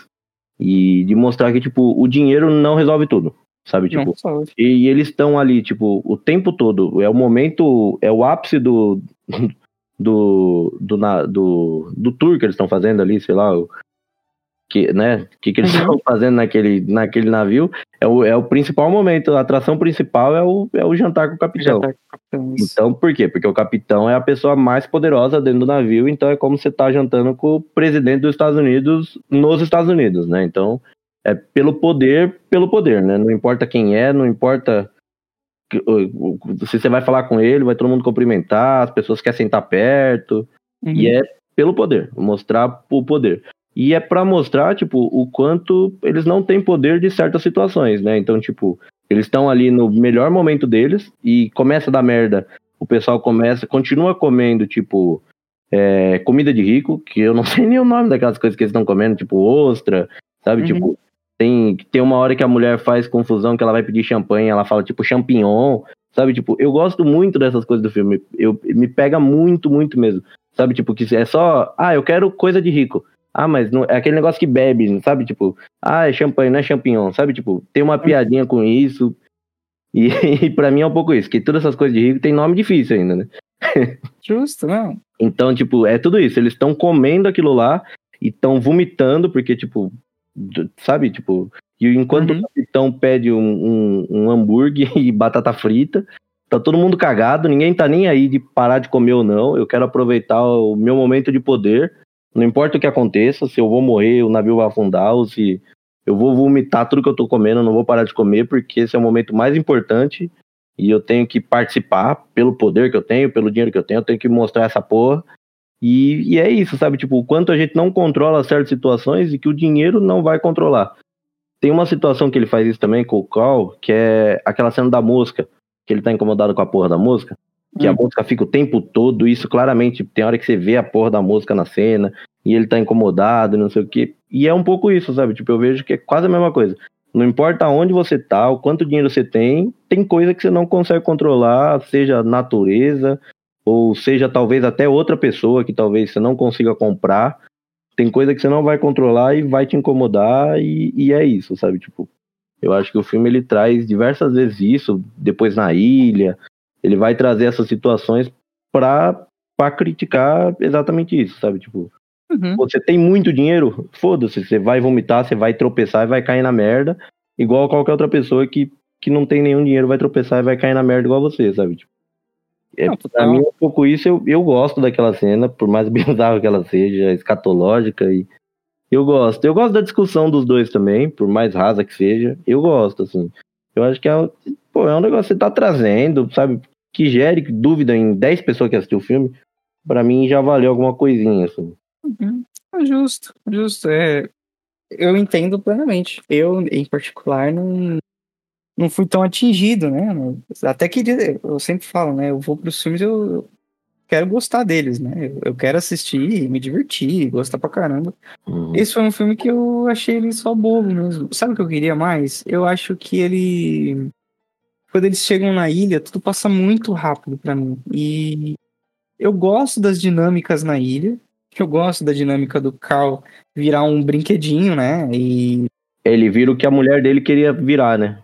e de mostrar que, tipo, o dinheiro não resolve tudo, sabe, tipo, e, e eles estão ali, tipo, o tempo todo, é o momento, é o ápice do, do, do, na, do, do tour que eles estão fazendo ali, sei lá, o que, né, que, que eles estão uhum. fazendo naquele, naquele navio, é o, é o principal momento, a atração principal é o, é o jantar com o capitão. Jantar com o capitão, então, por quê? Porque o capitão é a pessoa mais poderosa dentro do navio, então é como você tá jantando com o presidente dos Estados Unidos nos Estados Unidos, né? Então, é pelo poder, pelo poder, né? Não importa quem é, não importa se você vai falar com ele, vai todo mundo cumprimentar, as pessoas querem sentar perto, uhum. e é pelo poder, mostrar o poder. E é pra mostrar, tipo, o quanto eles não têm poder de certas situações, né? Então, tipo, Eles estão ali no melhor momento deles e começa a dar merda. O pessoal começa, continua comendo, tipo, é, comida de rico, que eu não sei nem o nome daquelas coisas que eles estão comendo, tipo, ostra, sabe? Uhum. Tipo, tem, tem uma hora que a mulher faz confusão que ela vai pedir champanhe, ela fala, tipo, champignon, sabe? Tipo, eu gosto muito dessas coisas do filme. Eu, me pega muito, muito mesmo. Sabe? Tipo, que é só, ah, eu quero coisa de rico. Ah, mas não, é aquele negócio que bebe, sabe? Tipo, ah, é champanhe, não é champignon, sabe? Tipo, tem uma piadinha com isso. E, e pra mim é um pouco isso, que todas essas coisas de rico tem nome difícil ainda, né? Justo, não. Então, tipo, é tudo isso. Eles estão comendo aquilo lá e estão vomitando, porque, tipo, sabe? Tipo, e enquanto Uhum. o capitão pede um, um, um hambúrguer e batata frita, tá todo mundo cagado, ninguém tá nem aí de parar de comer ou não. Eu quero aproveitar o meu momento de poder. Não importa o que aconteça, se eu vou morrer, o navio vai afundar, ou se eu vou vomitar tudo que eu tô comendo, eu não vou parar de comer, porque esse é o momento mais importante e eu tenho que participar pelo poder que eu tenho, pelo dinheiro que eu tenho, eu tenho que mostrar essa porra. E, e é isso, sabe? Tipo, o quanto a gente não controla certas situações e que o dinheiro não vai controlar. Tem uma situação que ele faz isso também com o Carl, que é aquela cena da mosca, que ele tá incomodado com a porra da mosca, que Hum. a mosca fica o tempo todo, isso claramente, tem hora que você vê a porra da mosca na cena, e ele tá incomodado, não sei o quê. E é um pouco isso, sabe? Tipo, eu vejo que é quase a mesma coisa. Não importa onde você tá, o quanto dinheiro você tem, tem coisa que você não consegue controlar, seja natureza, ou seja talvez até outra pessoa que talvez você não consiga comprar. Tem coisa que você não vai controlar e vai te incomodar, e, e é isso, sabe? Tipo, eu acho que o filme ele traz diversas vezes isso, depois na ilha, ele vai trazer essas situações pra, pra criticar exatamente isso, sabe? Tipo, Uhum. você tem muito dinheiro, foda-se, você vai vomitar, você vai tropeçar e vai cair na merda, igual qualquer outra pessoa que, que não tem nenhum dinheiro vai tropeçar e vai cair na merda igual você, sabe? Tipo, é, Não, pra total. mim, um pouco isso, eu, eu gosto daquela cena, por mais bizarra que ela seja, escatológica, e eu gosto. Eu gosto da discussão dos dois também, por mais rasa que seja, eu gosto, assim. Eu acho que é, um- pô, é um negócio que você tá trazendo, sabe, que gere dúvida em dez pessoas que assistiu o filme, pra mim já valeu alguma coisinha, assim. Uhum. É justo, justo. É, eu entendo plenamente. Eu, em particular, não, não fui tão atingido, né? Até que eu sempre falo, né? Eu vou pros filmes, eu quero gostar deles, né? Eu, eu quero assistir, me divertir, gostar pra caramba. Uhum. Esse foi um filme que eu achei ele só bobo mesmo. Sabe o que eu queria mais? Eu acho que ele... Quando eles chegam na ilha, tudo passa muito rápido pra mim. E eu gosto das dinâmicas na ilha. Eu gosto da dinâmica do Carl virar um brinquedinho, né? E Ele vira o que a mulher dele queria virar, né?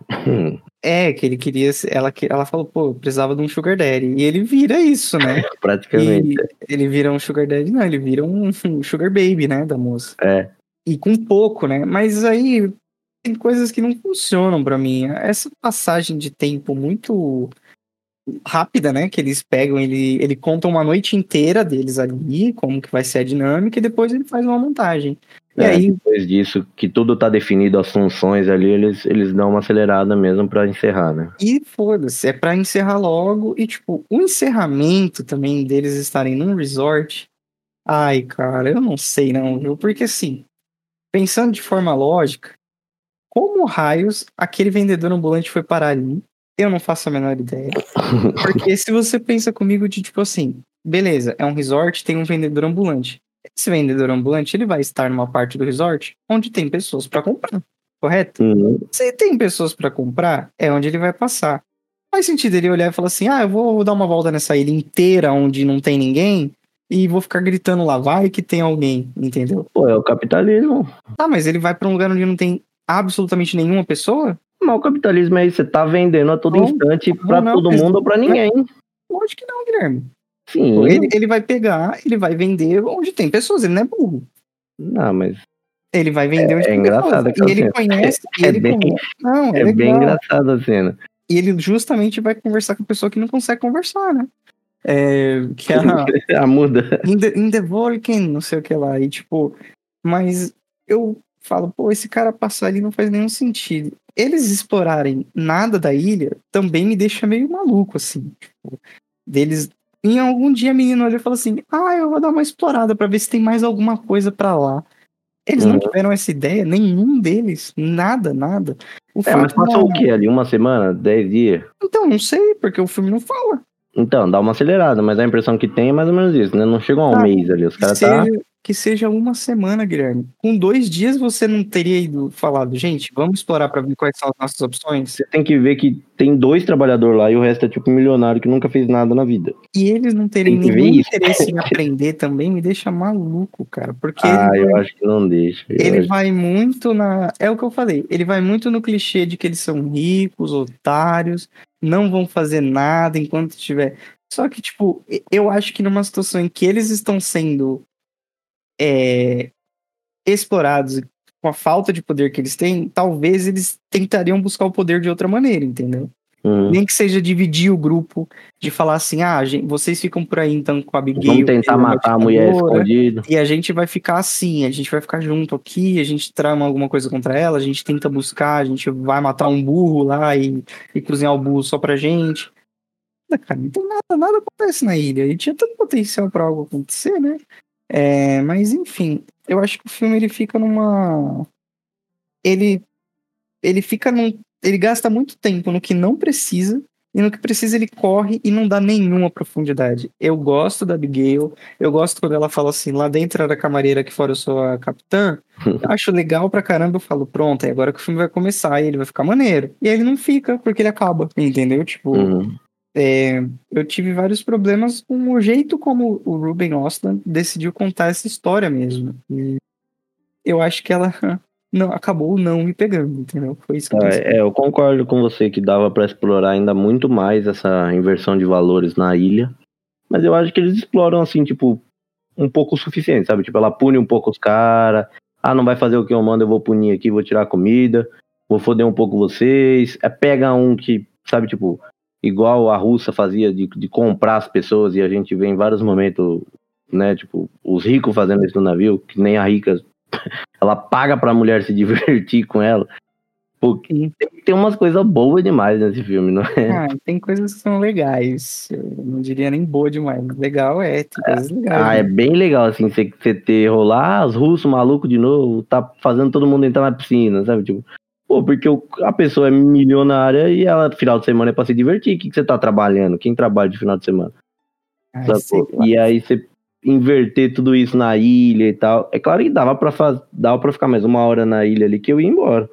é que ele queria. Ela, que- ela falou, pô, eu precisava de um Sugar Daddy. E ele vira isso, né? Praticamente. E ele vira um Sugar Daddy, não, ele vira um, um Sugar Baby, né? Da moça. É. E com pouco, né? Mas aí tem coisas que não funcionam pra mim. Essa passagem de tempo muito rápida, né? Que eles pegam, ele, ele conta uma noite inteira deles ali, como que vai ser a dinâmica, e depois ele faz uma montagem. E É, aí, depois disso, que tudo tá definido, as funções ali, eles, eles dão uma acelerada mesmo pra encerrar, né? e foda-se, é pra encerrar logo. E, tipo, o encerramento também deles estarem num resort. Ai, cara, eu não sei não, viu? Porque, assim, pensando de forma lógica, como raios aquele vendedor ambulante foi parar ali? Eu não faço a menor ideia. Porque se você pensa comigo de, tipo assim, beleza, é um resort, tem um vendedor ambulante. Esse vendedor ambulante, ele vai estar numa parte do resort onde tem pessoas pra comprar, correto? Uhum. Se tem pessoas pra comprar, é onde ele vai passar. Faz sentido ele olhar e falar assim, ah, eu vou dar uma volta nessa ilha inteira onde não tem ninguém e vou ficar gritando lá, vai que tem alguém, entendeu? Pô, é o capitalismo. Tá, mas ele vai pra um lugar onde não tem absolutamente nenhuma pessoa? Mas o capitalismo é isso, você tá vendendo a todo Não, instante não, pra não, todo mas- mundo ou pra ninguém. Lógico que não, Guilherme. Sim. Ele, ele vai pegar, ele vai vender onde tem pessoas, ele não é burro. Não, mas Ele vai vender onde é tem engraçado pessoas. aquela E ele cena. conhece, e É ele bem- conhece. Não, é, é legal. bem engraçado a cena. E ele justamente vai conversar com a pessoa que não consegue conversar, né? É, que é a A muda. in the, in the Volcan, não sei o que lá. E tipo, mas eu falo, pô, esse cara passar ali não faz nenhum sentido. Eles explorarem nada da ilha também me deixa meio maluco, assim. Tipo, deles. Em algum dia a menina olha e fala assim: ah, eu vou dar uma explorada pra ver se tem mais alguma coisa pra lá. Eles Uhum. não tiveram essa ideia, nenhum deles, nada, nada. O É, mas fato passou da- o quê ali? Uma semana? Dez dias? Então, não sei, porque o filme não fala. Então, dá uma acelerada, mas a impressão que tem é mais ou menos isso, né? Não chegou a um Tá, mês ali, os que caras tá... seja, que seja uma semana, Guilherme. Com dois dias você não teria ido falado, gente, vamos explorar pra ver quais são as nossas opções. Você tem que ver que tem dois trabalhadores lá e o resto é tipo milionário que nunca fez nada na vida. E eles não terem Tem que ver nenhum isso. interesse em aprender também me deixa maluco, cara. Porque Ah, ele, eu vai, acho que não deixa. eu ele acho- vai muito na. É o que eu falei. Ele vai muito no clichê de que eles são ricos, otários, não vão fazer nada enquanto tiver. Só que, tipo, eu acho que numa situação em que eles estão sendo é, explorados com a falta de poder que eles têm, talvez eles tentariam buscar o poder de outra maneira, entendeu? Uhum. Nem que seja dividir o grupo, de falar assim, ah, gente, vocês ficam por aí então com a Abigail, Vamos tentar que é uma matar a mulher ditadora, escondida. e a gente vai ficar assim, a gente vai ficar junto aqui, a gente trama alguma coisa contra ela, a gente tenta buscar, a gente vai matar um burro lá e, e cozinhar o burro só pra gente. Cara, não tem nada, nada acontece na ilha, e tinha tanto potencial pra algo acontecer, né? É, mas enfim, eu acho que o filme ele fica numa... Ele, ele fica num... Ele gasta muito tempo no que não precisa, e no que precisa ele corre e não dá nenhuma profundidade. Eu gosto da Abigail, eu gosto quando ela fala assim, lá dentro era a camareira, aqui fora eu sou a capitã. Eu acho legal pra caramba, eu falo, pronto, é agora que o filme vai começar, e ele vai ficar maneiro. E aí ele não fica, porque ele acaba, entendeu? Tipo, Uhum. é, eu tive vários problemas com o jeito como o Ruben Östlund decidiu contar essa história mesmo. E eu acho que ela não, acabou não me pegando, entendeu? Foi isso que eu Ah, pensei. é, eu concordo com você que dava pra explorar ainda muito mais essa inversão de valores na ilha. Mas eu acho que eles exploram assim, tipo, um pouco o suficiente, sabe? Tipo, ela pune um pouco os caras. Ah, não vai fazer o que eu mando, eu vou punir aqui, vou tirar a comida, vou foder um pouco vocês. É, pega um que, sabe, tipo, igual a Russa fazia de, de comprar as pessoas, e a gente vê em vários momentos, né, tipo, os ricos fazendo isso no navio, que nem a rica, ela paga pra mulher se divertir com ela. Pô, tem, tem umas coisas boas demais nesse filme, não é? Ah, tem coisas que são legais. Eu não diria nem boa demais. Legal é, tem coisas legais. Ah, é né? bem legal, assim, você, você ter rolar ah, os russos malucos de novo, tá fazendo todo mundo entrar na piscina, sabe? Tipo, pô, porque o- a pessoa é milionária e ela, final de semana, é pra se divertir. O que, que você tá trabalhando? Quem trabalha de final de semana? Ai, Sacou? sei lá. E aí você inverter tudo isso na ilha e tal. É claro que dava pra, faz... dava pra ficar mais uma hora na ilha ali que eu ia embora.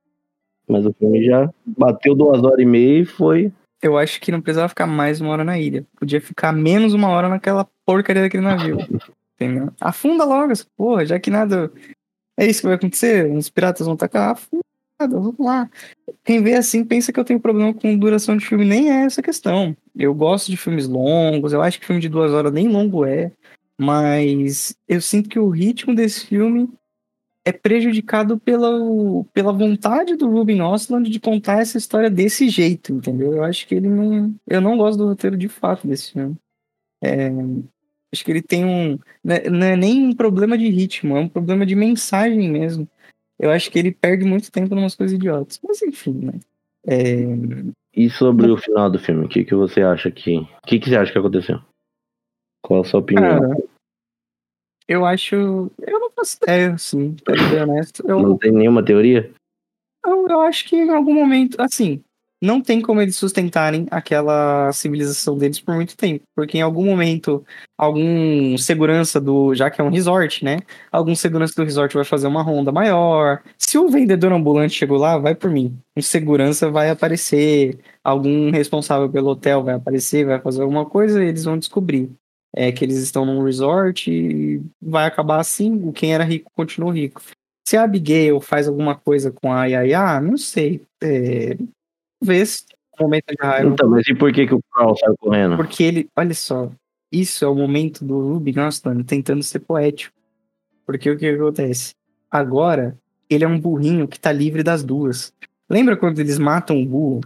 Mas o filme já bateu duas horas e meia e foi. Eu acho que não precisava ficar mais uma hora na ilha. Podia ficar menos uma hora naquela porcaria daquele navio. Entendeu? Afunda logo essa porra, já que nada. É isso que vai acontecer? Os piratas vão tacar. Afunda, vamos lá. Quem vê assim pensa que eu tenho problema com duração de filme. Nem é essa questão. Eu gosto de filmes longos, eu acho que filme de duas horas nem longo é. Mas eu sinto que o ritmo desse filme é prejudicado pela, pela vontade do Ruben Östlund de contar essa história desse jeito, entendeu? Eu acho que ele não... Eu não gosto do roteiro de fato desse filme. É, acho que ele tem um... Não é, não é nem um problema de ritmo, é um problema de mensagem mesmo. Eu acho que ele perde muito tempo em umas coisas idiotas. Mas enfim, né? É, E sobre o final do filme, o que, que você acha que. O que, que você acha que aconteceu? Qual a sua opinião? cara, eu acho... Eu não faço ideia, assim, pra ser bem honesto. Eu, Não tem nenhuma teoria? Eu, eu acho que em algum momento, assim, não tem como eles sustentarem aquela civilização deles por muito tempo, porque em algum momento, algum segurança do, já que é um resort, né? Algum segurança do resort vai fazer uma ronda maior. Se o vendedor ambulante chegou lá, vai por mim. Um segurança vai aparecer, algum responsável pelo hotel vai aparecer, vai fazer alguma coisa e eles vão descobrir. É que eles estão num resort e vai acabar assim, quem era rico continuou rico. Se a Abigail faz alguma coisa com a Yaya, não sei. É, talvez um momento de raiva. Então, mas e por que, que o Carl saiu correndo? Porque ele, olha só, isso é o momento do Ruben Östlund tentando ser poético. Porque o que acontece? Agora, ele é um burrinho que tá livre das duas. Lembra quando eles matam o burro?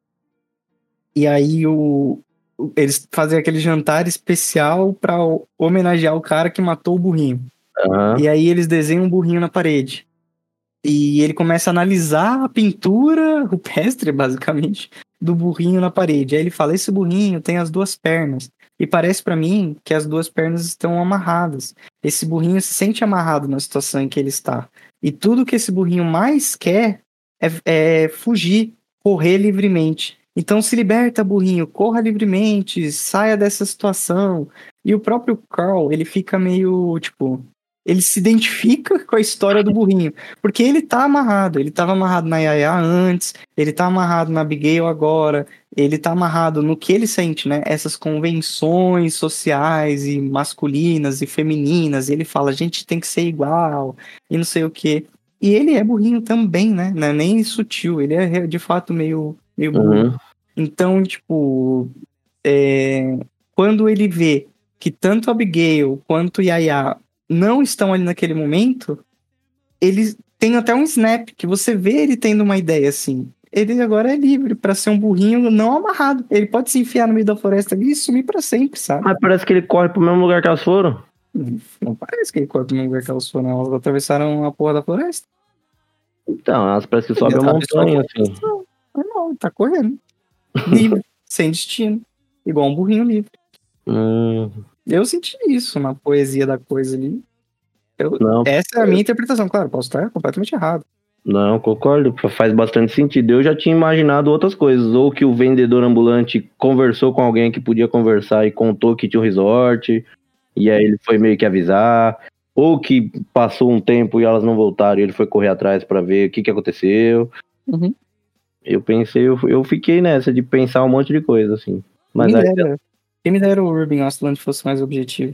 E aí o, o- eles fazem aquele jantar especial pra homenagear o cara que matou o burrinho. Aham. E aí eles desenham um burrinho na parede. E ele começa a analisar a pintura rupestre, basicamente, do burrinho na parede. Aí ele fala, esse burrinho tem as duas pernas. E parece pra mim que as duas pernas estão amarradas. Esse burrinho se sente amarrado na situação em que ele está. E tudo que esse burrinho mais quer é, é fugir, correr livremente. Então se liberta, burrinho, corra livremente, saia dessa situação. E o próprio Carl, ele fica meio, tipo... Ele se identifica com a história do burrinho. Porque ele tá amarrado. Ele tava amarrado na Yaya antes. Ele tá amarrado na Abigail agora. Ele tá amarrado no que ele sente, né? Essas convenções sociais e masculinas e femininas. E ele fala, a gente tem que ser igual. E não sei o quê. E ele é burrinho também, né? Não é nem sutil. Ele é, de fato, meio, meio burro. Uhum. Então, tipo... É... Quando ele vê que tanto a Abigail quanto o Yaya... não estão ali naquele momento, ele tem até um snap, que você vê ele tendo uma ideia assim. Ele agora é livre pra ser um burrinho não amarrado. Ele pode se enfiar no meio da floresta ali e sumir pra sempre, sabe? Mas parece que ele corre pro mesmo lugar que elas foram. Não parece que ele corre pro mesmo lugar que elas foram. Elas atravessaram a porra da floresta. Então, elas parece que Ele sobem a atravessou a montanha, assim. floresta. Não, tá correndo. Livre, sem destino. Igual um burrinho livre. Hum, Eu senti isso na poesia da coisa ali. Eu, não, essa é a minha interpretação, claro, posso estar completamente errado. não, concordo. Faz bastante sentido. Eu já tinha imaginado outras coisas. Ou que o vendedor ambulante conversou com alguém que podia conversar e contou que tinha um resort. E aí ele foi meio que avisar. Ou que passou um tempo e elas não voltaram e ele foi correr atrás pra ver o que, que aconteceu. Uhum. Eu pensei, eu, eu fiquei nessa de pensar um monte de coisa, assim. Mas Quem aí, me dera, quem me dera o Ruben Östlund fosse mais objetivo.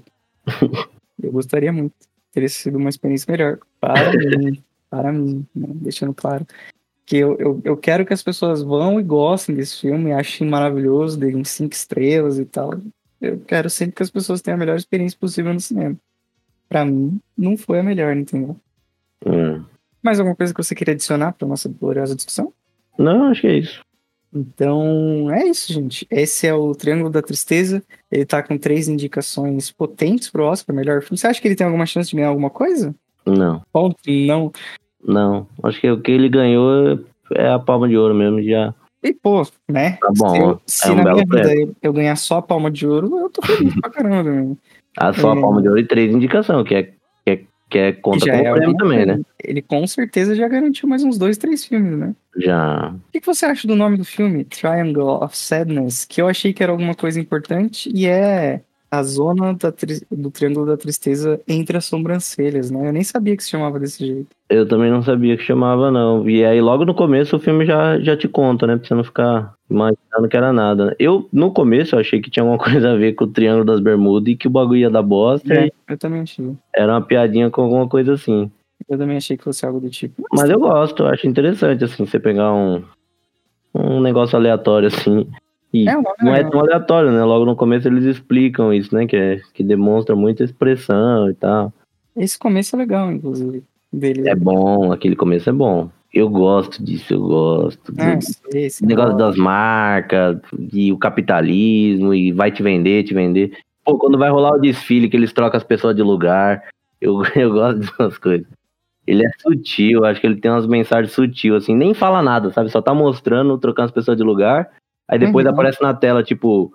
Eu gostaria muito. Teria sido uma experiência melhor. Para mim. Para mim. Né? Deixando claro. Que eu, eu, eu quero que as pessoas vão e gostem desse filme, achem maravilhoso, deem cinco estrelas e tal. Eu quero sempre que as pessoas tenham a melhor experiência possível no cinema. Pra mim, não foi a melhor, entendeu? hum. Mais alguma coisa que você queria adicionar pra nossa gloriosa discussão? Não, acho que é isso. Então, é isso, gente. Esse é o Triângulo da Tristeza. Ele tá com três indicações potentes pro Oscar, melhor filme. Você acha que ele tem alguma chance de ganhar alguma coisa? Não, Ponto, não. não. Acho que o que ele ganhou é a palma de ouro mesmo, já. E, pô, né? Tá bom, Se, eu- é se um na belo minha vida prêmio. eu, eu ganhar só a palma de ouro, eu tô feliz pra caramba, meu. Ah, só É. a palma de ouro e três indicações, que é, que é, que é conta Já como é prêmio alguma também, coisa. né? Ele com certeza já garantiu mais uns dois, três filmes, né? Já. O que, que você acha do nome do filme? Triangle of Sadness, que eu achei que era alguma coisa importante, e é a zona da tri- do Triângulo da Tristeza entre as sobrancelhas, né? Eu nem sabia que se chamava desse jeito. Eu também não sabia que chamava, não. E aí, logo no começo, o filme já, já te conta, né? Pra você não ficar imaginando que era nada, né? Eu, no começo, eu achei que tinha alguma coisa a ver com o Triângulo das Bermudas e que o bagulho ia dar bosta. É, E eu também achei. era uma piadinha com alguma coisa assim. Eu também achei que fosse algo do tipo. Mas eu gosto, eu acho interessante, assim, você pegar um, um negócio aleatório, assim. E É, o nome não é legal. tão aleatório, né? Logo no começo eles explicam isso, né? Que, é, que demonstra muita expressão e tal. Esse começo é legal, inclusive, dele. É bom, aquele começo é bom. Eu gosto disso, eu gosto. Do, Ah, sei, sei o negócio lá. das marcas, e o capitalismo, e vai te vender, te vender. Pô, quando vai rolar o desfile, que eles trocam as pessoas de lugar, eu, eu gosto dessas coisas. Ele é sutil, acho que ele tem umas mensagens sutil, assim, nem fala nada, sabe? Só tá mostrando, trocando as pessoas de lugar, aí depois Uhum. aparece na tela, tipo,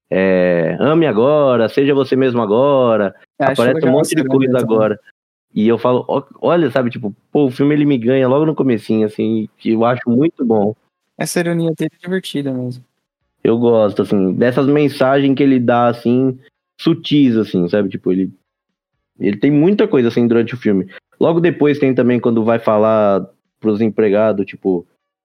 é, ame agora, seja você mesmo agora, Acho aparece legal um monte essa de coisa ideia também. agora. E eu falo, ó, olha, sabe, tipo, pô, o filme ele me ganha logo no comecinho, assim, que eu acho muito bom. Essa ironia dele é divertida mesmo. Eu gosto, assim, dessas mensagens que ele dá, assim, sutis, assim, sabe, tipo, ele, ele tem muita coisa, assim, durante o filme. Logo depois tem também quando vai falar pros empregados, tipo,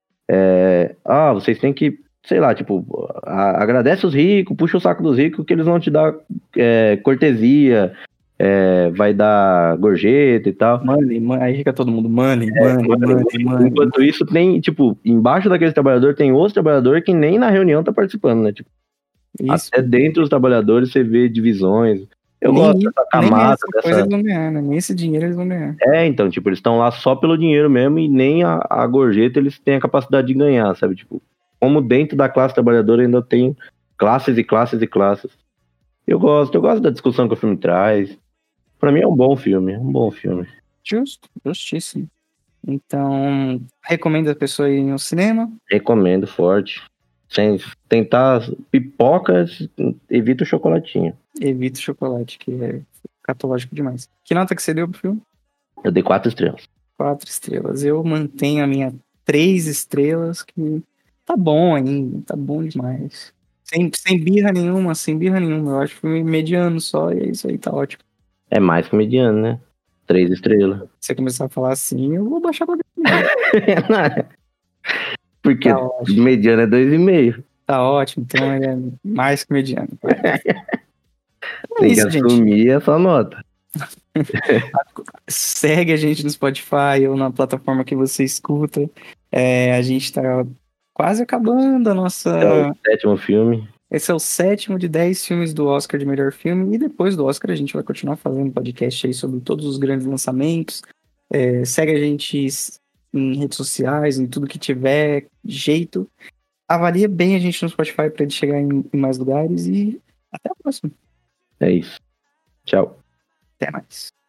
é, ah, vocês têm que, sei lá, tipo, a, agradece os ricos, puxa o saco dos ricos que eles vão te dar é, cortesia, é, vai dar gorjeta e tal. Money, money, aí fica todo mundo, money, money, money, money. Enquanto isso, tem, tipo, embaixo daquele trabalhador tem outro trabalhador que nem na reunião tá participando, né? Tipo, Isso. até dentro dos trabalhadores você vê divisões. Eu nem, gosto dessa nem camada, essa coisa dessa... eles vão ganhar, né? Nem esse dinheiro eles vão ganhar. É, então, tipo, eles estão lá só pelo dinheiro mesmo e nem a, a gorjeta eles têm a capacidade de ganhar, sabe? Tipo, como dentro da classe trabalhadora ainda tem classes e classes e classes. Eu gosto, eu gosto da discussão que o filme traz. Pra mim é um bom filme, é um bom filme. Justo, justíssimo. Então, recomendo a pessoa ir ao cinema. Recomendo forte. Sem tentar pipocas, evita o chocolatinho. Evita o chocolate, que é catológico demais. Que nota que você deu pro filme? Eu dei quatro estrelas. Quatro estrelas. Eu mantenho a minha três estrelas, que tá bom ainda, tá bom demais. Sem, sem birra nenhuma, sem birra nenhuma. Eu acho que foi mediano só, e é isso aí, tá ótimo. É mais que mediano, né? Três estrelas. Se você começar a falar assim, eu vou baixar pra ver. Porque Tá ótimo. mediano é dois e meio. Tá ótimo, então ele é mais que mediano. É Tem isso, que gente. assumir essa nota. Segue a gente no Spotify ou na plataforma que você escuta. É, a gente tá quase acabando a nossa... É o sétimo filme. Esse é o sétimo de dez filmes do Oscar de melhor filme. E depois do Oscar a gente vai continuar fazendo podcast aí sobre todos os grandes lançamentos. É, segue a gente em redes sociais, em tudo que tiver jeito. Avalia bem a gente no Spotify para ele chegar em, em mais lugares. E até a próxima. É isso. Tchau. Até mais.